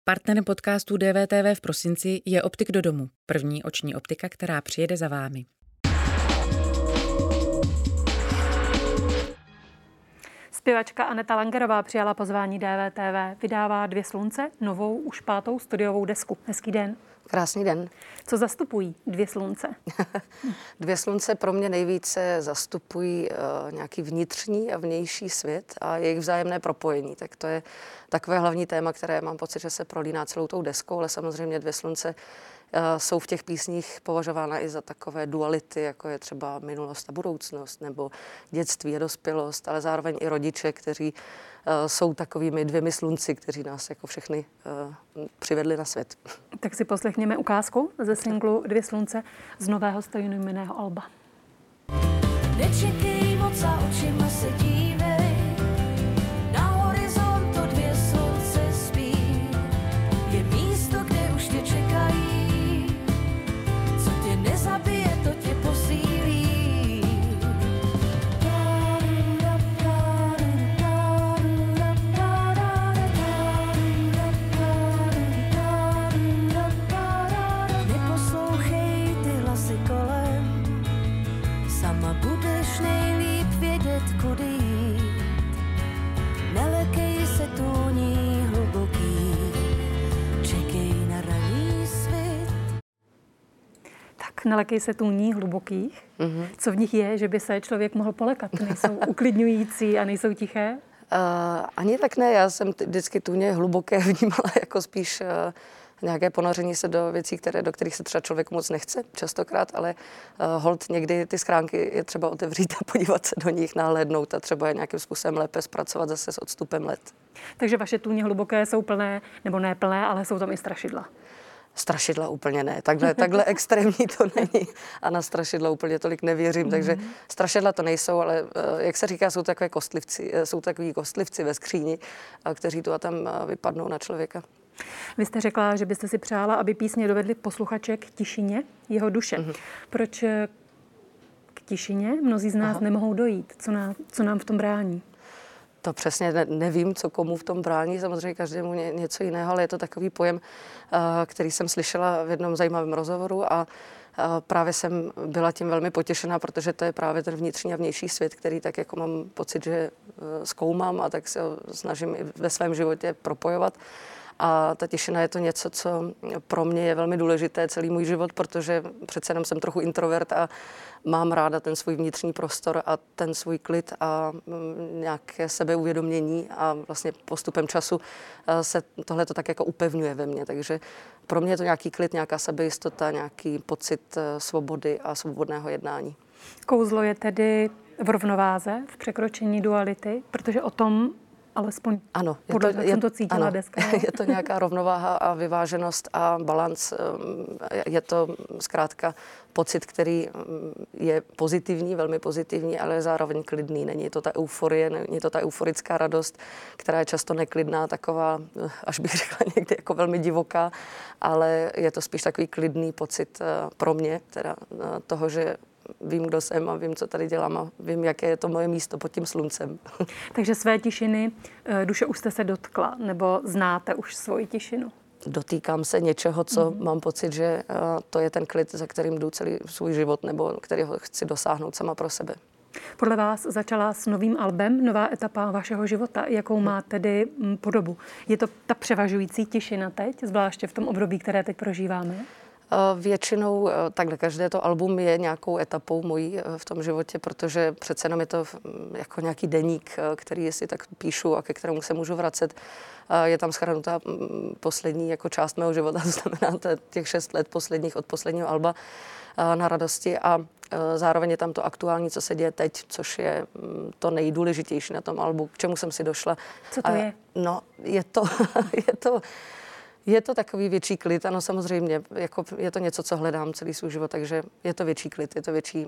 Partnerem podcastu DVTV v prosinci je Optik do domu, první oční optika, která přijede za vámi. Zpěvačka Aneta Langerová přijala pozvání DVTV. Vydává Dvě slunce, novou, už 5. studiovou desku. Hezký den. Krásný den. Co zastupují Dvě slunce? Dvě slunce pro mě nejvíce zastupují nějaký vnitřní a vnější svět a jejich vzájemné propojení. Tak to je takové hlavní téma, které mám pocit, že se prolíná celou tou deskou, ale samozřejmě Dvě slunce jsou v těch písních považována i za takové duality, jako je třeba minulost a budoucnost, nebo dětství a dospělost, ale zároveň i rodiče, kteří jsou takovými dvěmi slunci, kteří nás jako všechny přivedli na svět. Tak si poslechněme ukázku ze singlu Dvě slunce z nového stejnojmenného alba. Nečekej moc a očima se dívej, na horizontu dvě slunce spí, je místo, kde už tě čekají, co tě nezabije, to tě posílí. Neposlouchej ty hlasy kolem, sama budeš nejlíp vědět, kudy jít. Nelekej se tůní hluboký, čekej na raný svit. Tak nelekej se tůní hlubokých. Co v nich je, že by se člověk mohl polekat? Nejsou uklidňující a nejsou tiché? Ani tak ne, já jsem vždycky tůně hluboké vnímala jako spíš nějaké ponoření se do věcí, do kterých se třeba člověk moc nechce častokrát, ale holt někdy ty schránky je třeba otevřít a podívat se do nich, nahlédnout a třeba je nějakým způsobem lépe zpracovat zase s odstupem let. Takže vaše tůně hluboké jsou plné, nebo ne plné, ale jsou tam i strašidla. Strašidla úplně ne, takhle extrémní to není a na strašidla úplně tolik nevěřím, takže strašidla to nejsou, ale jak se říká, jsou takoví kostlivci ve skříni, kteří tu a tam vypadnou na člověka. Vy jste řekla, že byste si přála, aby písně dovedly posluchače k tišině jeho duše. Proč k tišině mnozí z nás nemohou dojít? Co nám v tom brání? To přesně nevím, co komu v tom brání, samozřejmě každému něco jiného, ale je to takový pojem, který jsem slyšela v jednom zajímavém rozhovoru a právě jsem byla tím velmi potěšená, protože to je právě ten vnitřní a vnější svět, který tak jako mám pocit, že zkoumám a tak se ho snažím i ve svém životě propojovat. A ta tišina je to něco, co pro mě je velmi důležité celý můj život, protože přece jenom jsem trochu introvert a mám ráda ten svůj vnitřní prostor a ten svůj klid a nějaké sebeuvědomění a vlastně postupem času se tohle to tak jako upevňuje ve mně. Takže pro mě je to nějaký klid, nějaká sebejistota, nějaký pocit svobody a svobodného jednání. Kouzlo je tedy v rovnováze, v překročení duality, protože o tom alespoň ano, jsem to cítila deska. Je to nějaká rovnováha a vyváženost a balanc. Je to zkrátka pocit, který je pozitivní, velmi pozitivní, ale zároveň klidný. Není to ta euforie, není to ta euforická radost, která je často neklidná, taková, až bych řekla někdy jako velmi divoká, ale je to spíš takový klidný pocit pro mě, teda toho, že vím, kdo jsem a vím, co tady dělám a vím, jaké je to moje místo pod tím sluncem. Takže své tišiny duše už jste se dotkla, nebo znáte už svoji tišinu? Dotýkám se něčeho, co mám pocit, že to je ten klid, za kterým jdu celý svůj život, nebo kterého chci dosáhnout sama pro sebe. Podle vás začala s novým albem nová etapa vašeho života. Jakou má tedy podobu? Je to ta převažující tišina teď, zvláště v tom období, které teď prožíváme? Většinou takhle každé to album je nějakou etapou mojí v tom životě, protože přece jenom je to jako nějaký deník, který si tak píšu a ke kterému se můžu vracet. Je tam shrnutá poslední jako část mého života, to znamená těch 6 let posledních od posledního alba na radosti a zároveň je tam to aktuální, co se děje teď, což je to nejdůležitější na tom albu, k čemu jsem si došla. Co to je? No, je to takový větší klid, ano, samozřejmě, jako je to něco, co hledám celý svůj život, takže je to větší klid, je to větší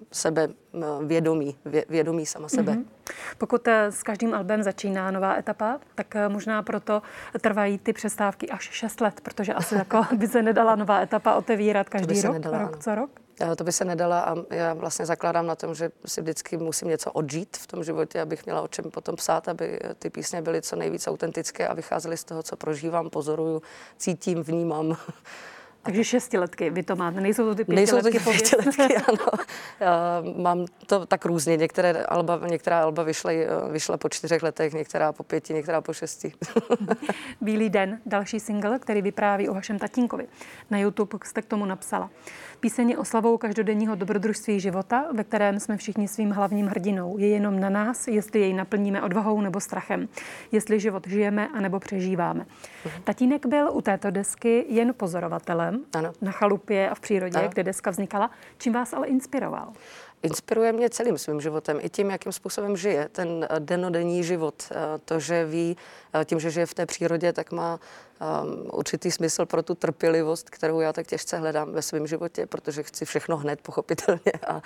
vědomí sama sebe. Pokud s každým albem začíná nová etapa, tak možná proto trvají ty přestávky až 6 let, protože asi jako by se nedala nová etapa otevírat každý rok co rok. To by se nedala a já vlastně zakládám na tom, že si vždycky musím něco odžít v tom životě, abych měla o čem potom psát, aby ty písně byly co nejvíc autentické a vycházely z toho, co prožívám, pozoruju, cítím, vnímám. Takže 6letky vy to máte, nejsou to ty 5letky pověst? Nejsou to 5letky, ano. Mám to tak různě, některá alba vyšla po 4 letech, některá po 5, některá po 6. Bílý den, další single, který vypráví o vašem tatínkovi. Na YouTube jste k tomu napsala. Píseň je oslavou každodenního dobrodružství života, ve kterém jsme všichni svým hlavním hrdinou. Je jenom na nás, jestli jej naplníme odvahou nebo strachem. Jestli život žijeme anebo přežíváme. Tatínek byl u této desky jen pozorovatelem. Ano. Na chalupě a v přírodě, Ano. kde deska vznikala. Čím vás ale inspiroval? Inspiruje mě celým svým životem, i tím, jakým způsobem žije, ten dennodenní život. To, že ví, tím, že žije v té přírodě, tak má určitý smysl pro tu trpělivost, kterou já tak těžce hledám ve svém životě, protože chci všechno hned, pochopitelně. A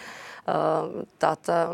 táta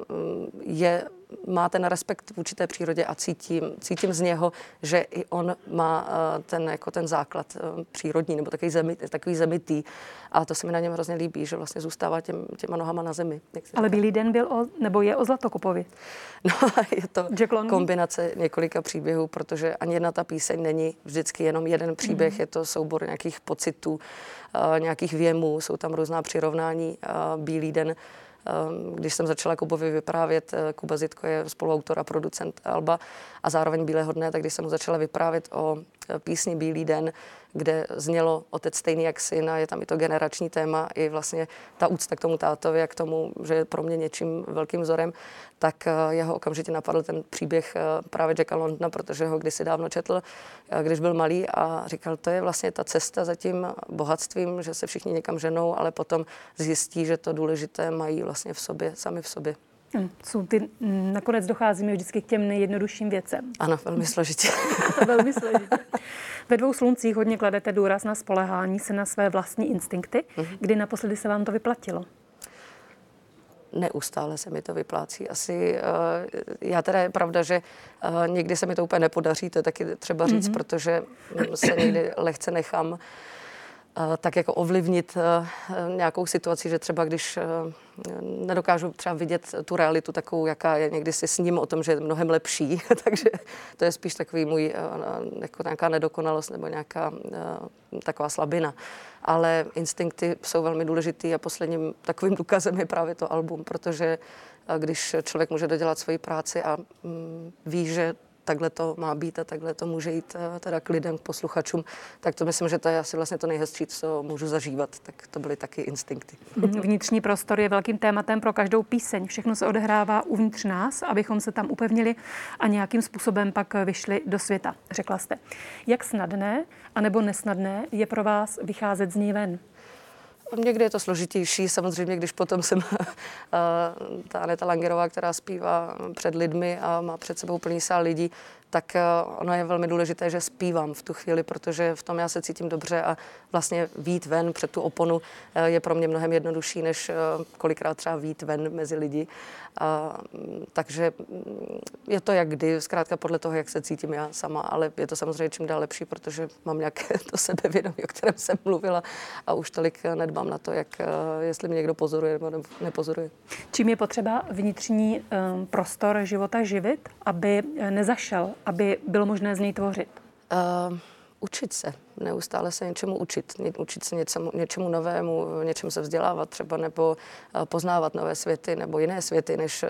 má ten respekt vůči té přírodě a cítím z něho, že i on má ten základ přírodní nebo takový zemitý. A to se mi na něm hrozně líbí, že vlastně zůstává těma nohama na zemi. Ale Bílý den je o Zlatokopovi. No, je to kombinace několika příběhů, protože ani jedna ta píseň není vždycky jenom jeden příběh, je to soubor nějakých pocitů, nějakých věmů, jsou tam různá přirovnání. Bílý den, když jsem začala Kubovi vyprávět, Kuba Zitko je spoluautor a producent alba a zároveň Bílého dne, tak když jsem mu začala vyprávět o písni Bílý den, kde znělo otec stejný jak syn a je tam i to generační téma, i vlastně ta úcta k tomu tátovi a k tomu, že je pro mě něčím velkým vzorem, tak jeho okamžitě napadl ten příběh právě Jacka Londona, protože ho kdysi dávno četl, když byl malý a říkal, to je vlastně ta cesta za tím bohatstvím, že se všichni někam ženou, ale potom zjistí, že to důležité mají vlastně v sobě, sami v sobě. Nakonec docházíme vždycky k těm nejjednodušším věcem. Ano, velmi složitě. Velmi složitě. Ve Dvou sluncích hodně kladete důraz na spoléhání se na své vlastní instinkty. Kdy naposledy se vám to vyplatilo? Neustále se mi to vyplácí. Já teda je pravda, že někdy se mi to úplně nepodaří, to je taky třeba říct, protože se někdy lehce nechám tak jako ovlivnit nějakou situaci, že třeba když nedokážu třeba vidět tu realitu takovou, jaká je, někdy si sním o tom, že je mnohem lepší, takže to je spíš takový můj jako nějaká nedokonalost nebo nějaká taková slabina. Ale instinkty jsou velmi důležitý a posledním takovým důkazem je právě to album, protože když člověk může dodělat svoji práci a ví, že takhle to má být a takhle to může jít teda k lidem, k posluchačům, tak to myslím, že to je asi vlastně to nejhezčí, co můžu zažívat. Tak to byly taky instinkty. Vnitřní prostor je velkým tématem pro každou píseň. Všechno se odehrává uvnitř nás, abychom se tam upevnili a nějakým způsobem pak vyšli do světa, řekla jste. Jak snadné anebo nesnadné je pro vás vycházet z ní ven? Někdy je to složitější, samozřejmě, když potom jsem ta Aneta Langerová, která zpívá před lidmi a má před sebou plný sál lidí, tak ono je velmi důležité, že zpívám v tu chvíli, protože v tom já se cítím dobře a vlastně vyjít ven před tu oponu je pro mě mnohem jednodušší, než kolikrát třeba vyjít ven mezi lidi. Takže je to jak kdy, zkrátka podle toho, jak se cítím já sama, ale je to samozřejmě čím dál lepší, protože mám nějaké to sebevědomí, o kterém jsem mluvila a už tolik nedbám na to, jestli mě někdo pozoruje nebo nepozoruje. Čím je potřeba vnitřní prostor života živit, aby nezašel, aby bylo možné z něj tvořit? Učit se, neustále se něčemu učit se něčemu novému, něčem se vzdělávat třeba, nebo poznávat nové světy, nebo jiné světy, než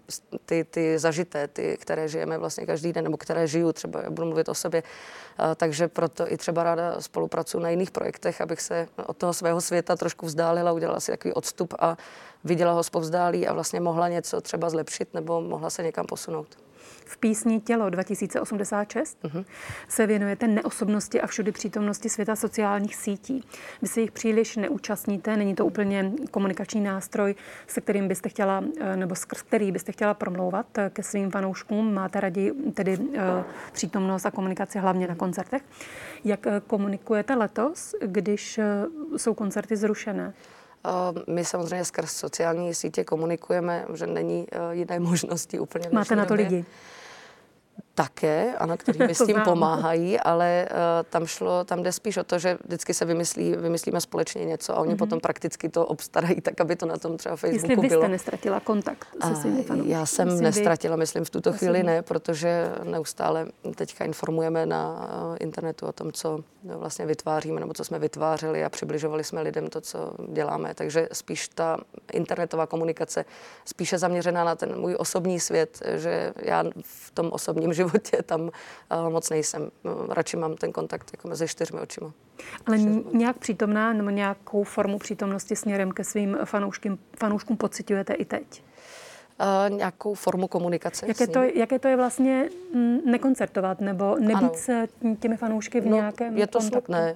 ty zažité, ty, které žijeme vlastně každý den, nebo které žiju, třeba já budu mluvit o sobě. Takže proto i třeba ráda spolupracuji na jiných projektech, abych se od toho svého světa trošku vzdálila, udělala si takový odstup a viděla ho zpovzdálí a vlastně mohla něco třeba zlepšit, nebo mohla se někam posunout. V písni Tělo 2086 se věnujete neosobnosti a všudy přítomnosti světa sociálních sítí. Vy se jich příliš neúčastníte, není to úplně komunikační nástroj, se kterým byste chtěla, nebo skrz který byste chtěla promlouvat ke svým fanouškům. Máte raději tedy přítomnost a komunikaci hlavně na koncertech. Jak komunikujete letos, když jsou koncerty zrušené? My samozřejmě skrz sociální sítě komunikujeme, že není jiné možnosti úplně. Máte na to lidi? Také, ano, kteří mi s tím pomáhají, ale tam jde spíš o to, že vždycky se vymyslíme společně něco a oni potom prakticky to obstarají tak, aby to na tom třeba Facebooku bylo. Jestli vy jste nestratila kontakt se svými fanoušky? Já jsem nestratila, myslím, v tuto chvíli ne, protože neustále teďka informujeme na internetu o tom, co vlastně vytváříme, nebo co jsme vytvářeli a přibližovali jsme lidem to, co děláme. Takže spíš ta internetová komunikace spíše zaměřená na ten můj osobní svět, že já v tom osobním životě tam moc nejsem. Radši mám ten kontakt jako mezi 4 očima. Ale nějak přítomná nebo nějakou formu přítomnosti směrem ke svým fanouškům pociťujete i teď? Nějakou formu komunikace. Jaké to je vlastně nekoncertovat nebo nebýt s těmi fanoušky v nějakém je to kontaktu? smutné.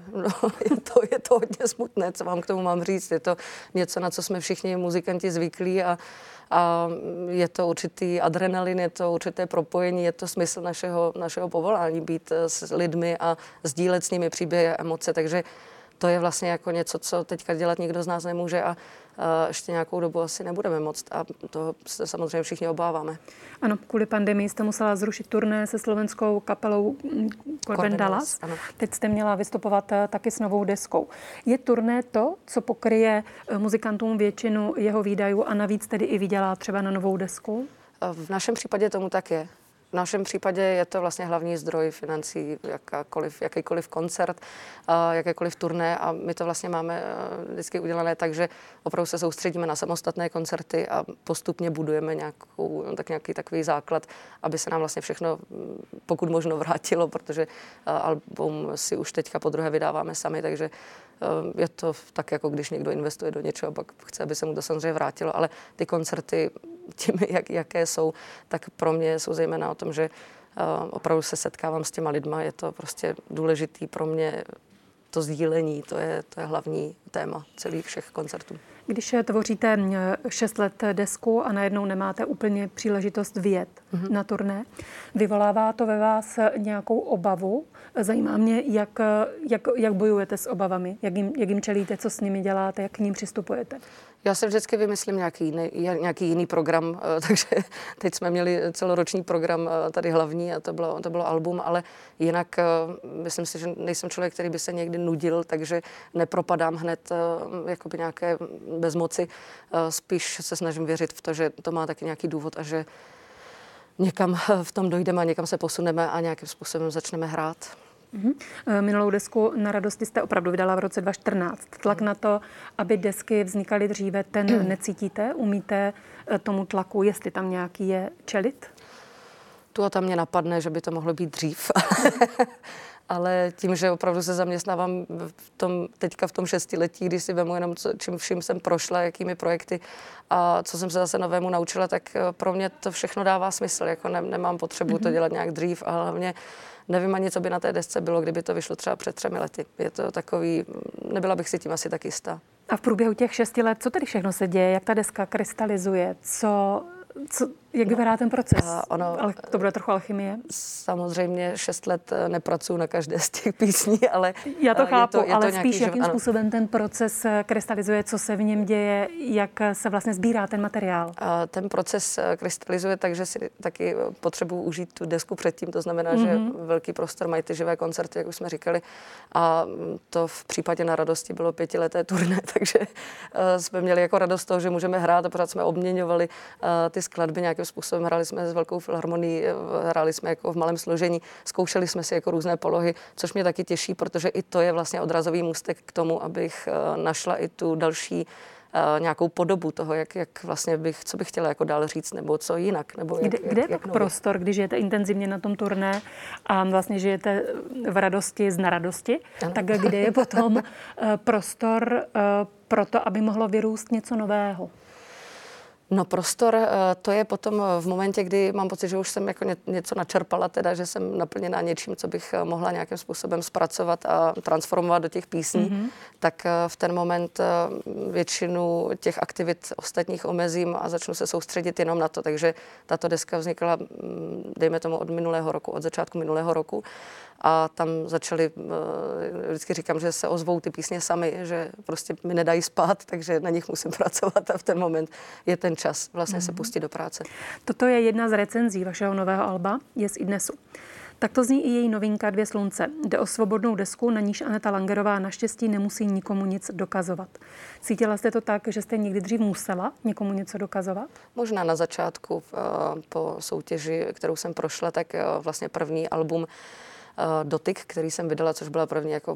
Je to hodně smutné, co vám k tomu mám říct. Je to něco, na co jsme všichni muzikanti zvyklí a je to určitý adrenalin, je to určité propojení, je to smysl našeho povolání být s lidmi a sdílet s nimi příběhy a emoce, takže to je vlastně jako něco, co teďka dělat nikdo z nás nemůže a ještě nějakou dobu asi nebudeme moct a to se samozřejmě všichni obáváme. Ano, kvůli pandemii jste musela zrušit turné se slovenskou kapelou Corbin Dallas. Ano. Teď jste měla vystupovat taky s novou deskou. Je turné to, co pokryje muzikantům většinu jeho výdajů a navíc tedy i vydělá třeba na novou desku? V našem případě tomu tak je. V našem případě je to vlastně hlavní zdroj financí, jakýkoliv koncert, jakékoliv turné a my to vlastně máme vždycky udělané tak, že opravdu se soustředíme na samostatné koncerty a postupně budujeme nějaký takový základ, aby se nám vlastně všechno pokud možno vrátilo, protože album si už teďka podruhé vydáváme sami, takže je to tak, jako když někdo investuje do něčeho a pak chce, aby se mu to samozřejmě vrátilo, ale ty koncerty tím, jaké jsou, tak pro mě jsou zejména o tom, že opravdu se setkávám s těma lidma, je to prostě důležitý pro mě to sdílení, to je hlavní téma celých všech koncertů. Když tvoříte 6 let desku a najednou nemáte úplně příležitost vyjet na turné, vyvolává to ve vás nějakou obavu? Zajímá mě, jak bojujete s obavami, jak jim čelíte, co s nimi děláte, jak k ním přistupujete? Já si vždycky vymyslím nějaký jiný program, takže teď jsme měli celoroční program tady hlavní a to bylo album, ale jinak myslím si, že nejsem člověk, který by se někdy nudil, takže nepropadám hned jakoby nějaké bezmoci. Spíš se snažím věřit v to, že to má taky nějaký důvod a že někam v tom dojdeme a někam se posuneme a nějakým způsobem začneme hrát. Minulou desku Na radosti jste opravdu vydala v roce 2014. Tlak na to, aby desky vznikaly dříve, ten necítíte? Umíte tomu tlaku, jestli tam nějaký je, čelit? Tu a tam mě napadne, že by to mohlo být dřív. Ale tím, že opravdu se zaměstnávám teďka v tom 6letí, když si vemu jenom, čím vším jsem prošla, jakými projekty a co jsem se zase novému naučila, tak pro mě to všechno dává smysl. Jako nemám potřebu to dělat nějak dřív a hlavně nevím ani, co by na té desce bylo, kdyby to vyšlo třeba před 3 lety. Je to takový, nebyla bych si tím asi tak jistá. A v průběhu těch 6 let, co tedy všechno se děje? Jak ta deska krystalizuje? Jak vypadá ten proces? Ale to bude trochu alchymie. Samozřejmě 6 let nepracuju na každé z těch písní, ale já to chápu, ale spíš jakým způsobem ten proces krystalizuje, co se v něm děje, jak se vlastně sbírá ten materiál? Ten proces krystalizuje tak, že si taky potřebuji užít tu desku předtím, to znamená, že velký prostor mají ty živé koncerty, jak už jsme říkali, a to v případě Na radosti bylo 5leté turné, takže jsme měli jako radost toho, že můžeme hrát a pořád jsme obměňovali ty skladby nějakým způsobem. Hráli jsme s velkou filharmonií, hráli jsme jako v malém složení, zkoušeli jsme si jako různé polohy, což mě taky těší, protože i to je vlastně odrazový můstek k tomu, abych našla i tu další nějakou podobu toho, jak vlastně co bych chtěla jako dál říct, nebo co jinak. Nebo kde je pak prostor, když žijete intenzivně na tom turné a vlastně žijete v radosti z Na radosti, tak kde je potom prostor pro to, aby mohlo vyrůst něco nového? No prostor, to je potom v momentě, kdy mám pocit, že už jsem jako něco načerpala, teda, že jsem naplněná něčím, co bych mohla nějakým způsobem zpracovat a transformovat do těch písní, tak v ten moment většinu těch aktivit ostatních omezím a začnu se soustředit jenom na to. Takže tato deska vznikla, dejme tomu, od začátku minulého roku. a tam začali, vždycky říkám, že se ozvou ty písně sami, že prostě mi nedají spát, takže na nich musím pracovat a v ten moment je ten čas vlastně se pustit do práce. Toto je jedna z recenzí vašeho nového alba Jest i dnesu. Tak to zní i její novinka Dvě slunce. Jde o svobodnou desku, na níž Aneta Langerová naštěstí nemusí nikomu nic dokazovat. Cítila jste to tak, že jste někdy dřív musela někomu něco dokazovat? Možná na začátku po soutěži, kterou jsem prošla, tak vlastně první album Dotyk, který jsem vydala, což byla první jako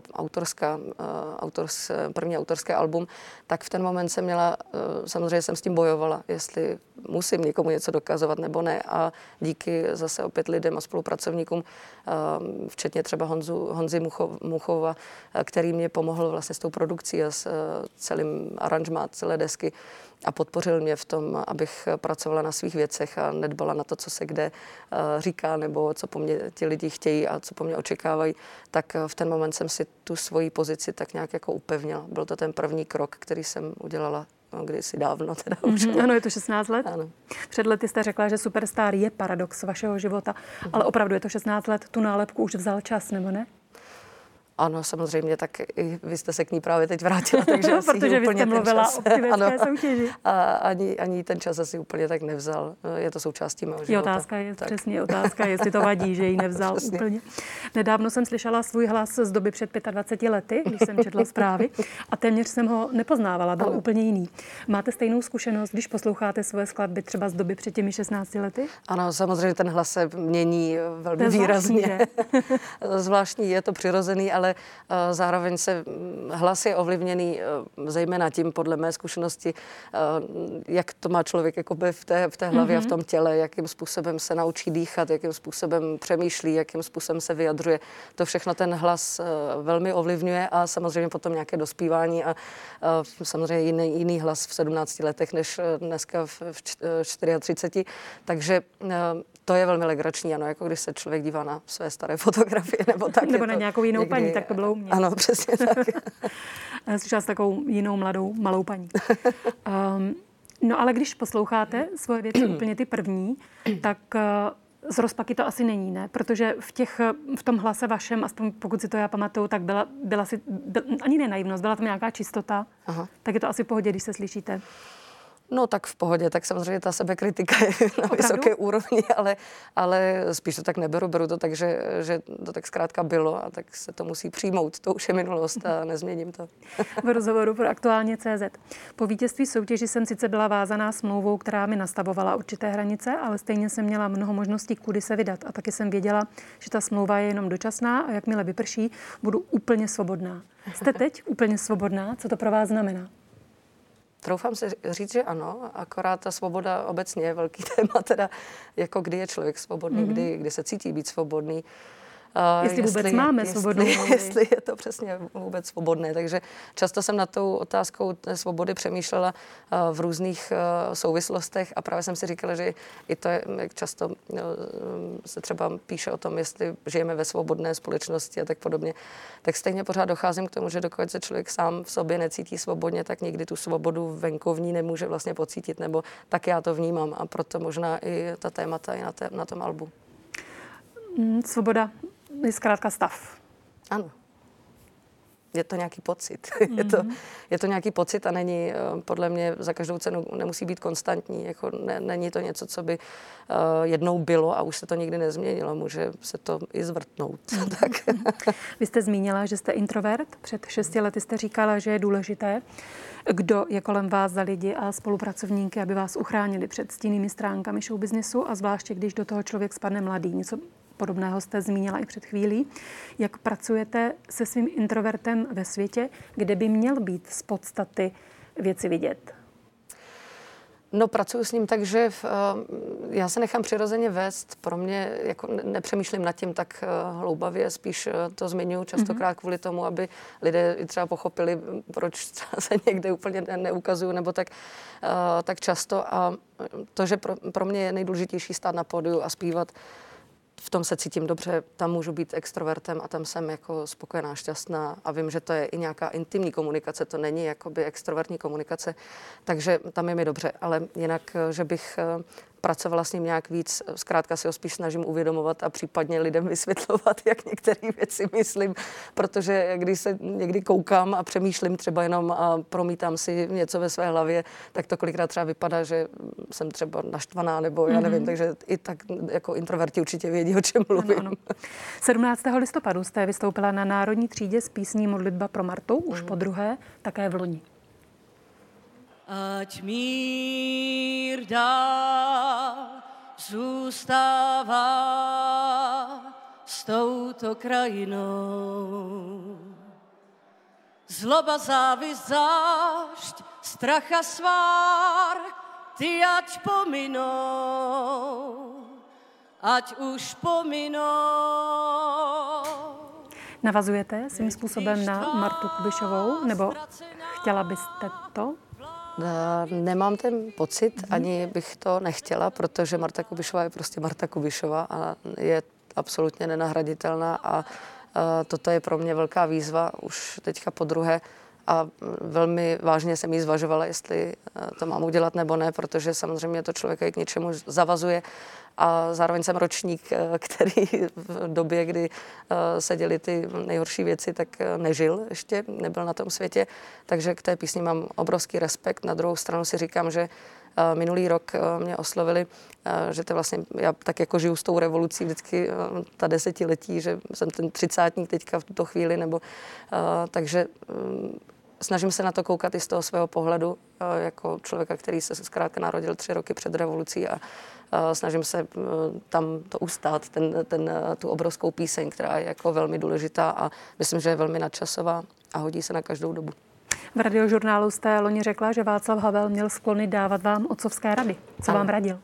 první autorské album, tak v ten moment jsem měla, samozřejmě jsem s tím bojovala, jestli musím někomu něco dokazovat nebo ne, a díky zase opět lidem a spolupracovníkům, včetně třeba Honzy Muchova, který mě pomohl vlastně s tou produkcí a s celým aranžmát celé desky a podpořil mě v tom, abych pracovala na svých věcech a nedbala na to, co se kde říká nebo co po mně ti lidi chtějí a co po mně očekávají, tak v ten moment jsem si tu svoji pozici tak nějak jako upevnila. Byl to ten první krok, který jsem udělala kdysi dávno teda už. Ano, je to 16 let? Ano. Před lety jste řekla, že Superstar je paradox vašeho života, ale opravdu je to 16 let, tu nálepku už vzal čas, nebo ne? Ano, samozřejmě, tak i vy jste se k ní právě teď vrátila, takže asi protože vy jste mluvila o pěvecké soutěži. A ani ten čas asi úplně tak nevzal. Je to součástí mého života. Otázka je přesně otázka, jestli to vadí, že ji nevzal přesně. Úplně. Nedávno jsem slyšela svůj hlas z doby před 25 lety, když jsem četla zprávy a téměř jsem ho nepoznávala, byl úplně jiný. Máte stejnou zkušenost, když posloucháte svoje skladby třeba z doby před těmi 16 lety? Ano, samozřejmě ten hlas se mění velmi výrazně. Zvláštní, je to přirozený, ale zároveň se hlas je ovlivněný zejména tím, podle mé zkušenosti, jak to má člověk jakoby v té hlavě a v tom těle, jakým způsobem se naučí dýchat, jakým způsobem přemýšlí, jakým způsobem se vyjadřuje. To všechno ten hlas velmi ovlivňuje a samozřejmě potom nějaké dospívání a samozřejmě jiný hlas v 17 letech než dneska v 34. Takže to je velmi legrační, ano, jako když se člověk dívá na své staré fotografie nebo tak. Nebo na nějakou jinou někdy paní, tak to bylo u mě. Ano, přesně tak. Slyšela jsi takovou jinou mladou, malou paní. No ale když posloucháte svoje věci úplně ty první, tak z rozpaky to asi není, ne? Protože v tom hlase vašem, aspoň pokud si to já pamatuju, tak byla ani ne naivnost, byla tam nějaká čistota. Aha. Tak je to asi v pohodě, když se slyšíte. No tak v pohodě, tak samozřejmě ta sebekritika je na vysoké úrovni, ale spíš to tak neberu, beru to tak, že to tak zkrátka bylo a tak se to musí přijmout. To už je minulost a nezměním to. V rozhovoru pro Aktuálně.cz. Po vítězství soutěži jsem sice byla vázaná smlouvou, která mi nastavovala určité hranice, ale stejně jsem měla mnoho možností, kudy se vydat. A taky jsem věděla, že ta smlouva je jenom dočasná a jakmile vyprší, budu úplně svobodná. Jste teď úplně svobodná? Co to pro vás znamená? Troufám si říct, že ano, akorát ta svoboda obecně je velký téma, teda jako kdy je člověk svobodný, kdy se cítí být svobodný. Jestli vůbec máme svobodnou vůli. Jestli je to přesně vůbec svobodné. Takže často jsem nad tou otázkou svobody přemýšlela v různých souvislostech a právě jsem si říkala, že i to je, jak často se třeba píše o tom, jestli žijeme ve svobodné společnosti a tak podobně, tak stejně pořád docházím k tomu, že dokud se člověk sám v sobě necítí svobodně, tak nikdy tu svobodu venkovní nemůže vlastně pocítit, nebo tak já to vnímám a proto možná i ta témata i na tom albu. Svoboda je zkrátka stav. Ano. Je to nějaký pocit. Je to nějaký pocit a není, podle mě, za každou cenu nemusí být konstantní. Jako není to něco, co by jednou bylo a už se to nikdy nezměnilo. Může se to i zvrtnout. Tak. Vy jste zmínila, že jste introvert. Před 6 lety jste říkala, že je důležité, kdo je kolem vás za lidi a spolupracovníky, aby vás uchránili před stinnými stránkami showbiznesu a zvláště, když do toho člověk spadne mladý. Něco podobného jste zmínila i před chvílí. Jak pracujete se svým introvertem ve světě, kde by měl být z podstaty věci vidět? No, pracuji s ním tak, že já se nechám přirozeně vést. Pro mě jako nepřemýšlím nad tím tak hloubavě, spíš to zmiňuji častokrát kvůli tomu, aby lidé i třeba pochopili, proč se někde úplně neukazuju nebo tak často. A to, že pro mě je nejdůležitější stát na pódiu a zpívat, v tom se cítím dobře, tam můžu být extrovertem a tam jsem jako spokojená, šťastná a vím, že to je i nějaká intimní komunikace, to není jakoby extrovertní komunikace, takže tam je mi dobře, ale jinak, že bych pracovala s ním nějak víc, zkrátka si ho spíš snažím uvědomovat a případně lidem vysvětlovat, jak některé věci myslím, protože když se někdy koukám a přemýšlím třeba jenom a promítám si něco ve své hlavě, tak to kolikrát třeba vypadá, že jsem třeba naštvaná nebo já nevím, takže i tak jako introverti určitě vědí, o čem mluvím. Ano. 17. listopadu jste vystoupila na Národní třídě s písní Modlitba pro Martu, už po druhé, také v loni. Ať mír dál zůstává s touto krajinou. Zloba, závist, zášť, strach a svár, ty ať pominou, ať už pominou. Navazujete svým způsobem na Martu Kubišovou, nebo chtěla byste to? Nemám ten pocit, ani bych to nechtěla, protože Marta Kubišová je prostě Marta Kubišová a je absolutně nenahraditelná a toto je pro mě velká výzva už teďka po druhé a velmi vážně jsem jí zvažovala, jestli to mám udělat nebo ne, protože samozřejmě to člověka k něčemu zavazuje a zároveň jsem ročník, který v době, kdy se děly ty nejhorší věci, tak nežil ještě, nebyl na tom světě, takže k té písni mám obrovský respekt. Na druhou stranu si říkám, že minulý rok mě oslovili, že to vlastně, já tak jako žiju s tou revolucí vždycky ta desetiletí, že jsem ten třicátník teďka v tuto chvíli, nebo takže snažím se na to koukat i z toho svého pohledu, jako člověka, který se zkrátka narodil 3 roky před revolucí a snažím se tam to ustát, tu obrovskou píseň, která je jako velmi důležitá a myslím, že je velmi nadčasová a hodí se na každou dobu. V Radiožurnálu jste loni řekla, že Václav Havel měl sklony dávat vám otcovské rady. Co vám radil?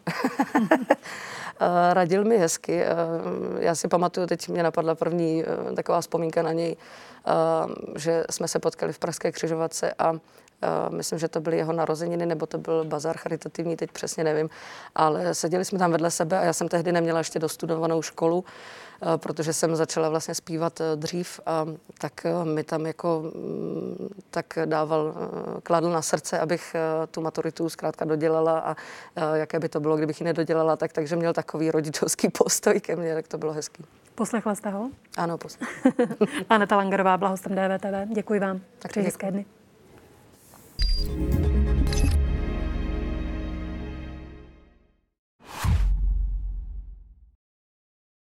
Radil mi hezky. Já si pamatuju, teď mě napadla první taková vzpomínka na něj, že jsme se potkali v Pražské Křižovatce a myslím, že to byly jeho narozeniny, nebo to byl bazár charitativní, teď přesně nevím, ale seděli jsme tam vedle sebe a já jsem tehdy neměla ještě dostudovanou školu, protože jsem začala vlastně zpívat dřív a tak mi tam jako tak kladl na srdce, abych tu maturitu zkrátka dodělala a jaké by to bylo, kdybych ji nedodělala, takže měl takový rodičovský postoj ke mně, tak to bylo hezký. Poslechla jste ho? Ano, poslechla. Aneta Langerová, Blahostem DVTV. Děkuji vám. Tak Přeji hezké dny.